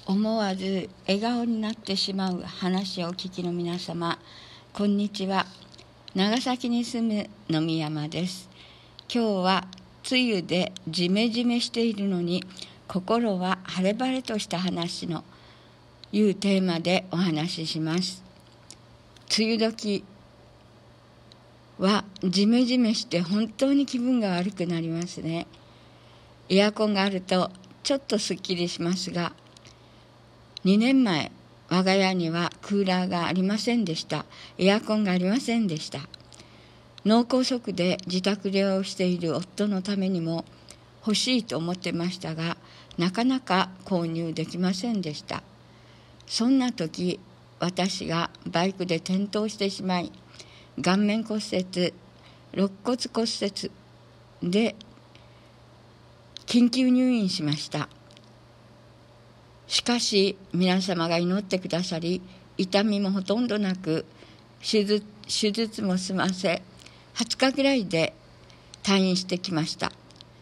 思わず笑顔になってしまう話をお聞きの皆様、こんにちは。長崎に住む野見山です。今日は梅雨でジメジメしているのに心は晴れ晴れとした話のいうテーマでお話しします。梅雨時はジメジメして本当に気分が悪くなりますね。エアコンがあるとちょっとすっきりしますが、2年前我が家にはクーラーがありませんでした。エアコンがありませんでした。脳梗塞で自宅療養している夫のためにも欲しいと思ってましたが、なかなか購入できませんでした。そんな時、私がバイクで転倒してしまい、顔面骨折、肋骨骨折で緊急入院しました。しかし皆様が祈ってくださり、痛みもほとんどなく、手術も済ませ、20日ぐらいで退院してきました。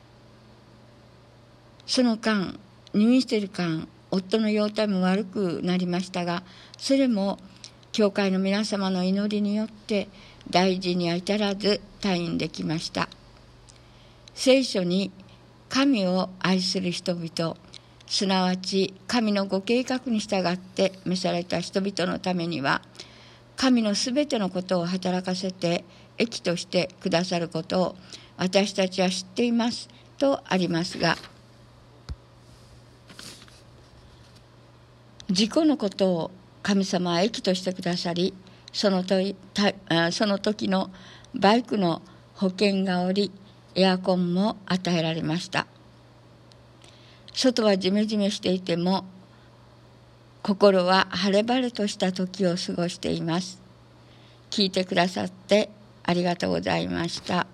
その間、入院している間、夫の容体も悪くなりましたが、それも教会の皆様の祈りによって大事には至らず退院できました。聖書に神を愛する人々、すなわち神のご計画に従って召された人々のためには、神のすべてのことを働かせて益としてくださることを私たちは知っていますとありますが、事故のことを神様は益としてくださり、その時のバイクの保険がおり、エアコンも与えられました。外はジメジメしていても、心は晴れ晴れとした時を過ごしています。聞いてくださってありがとうございました。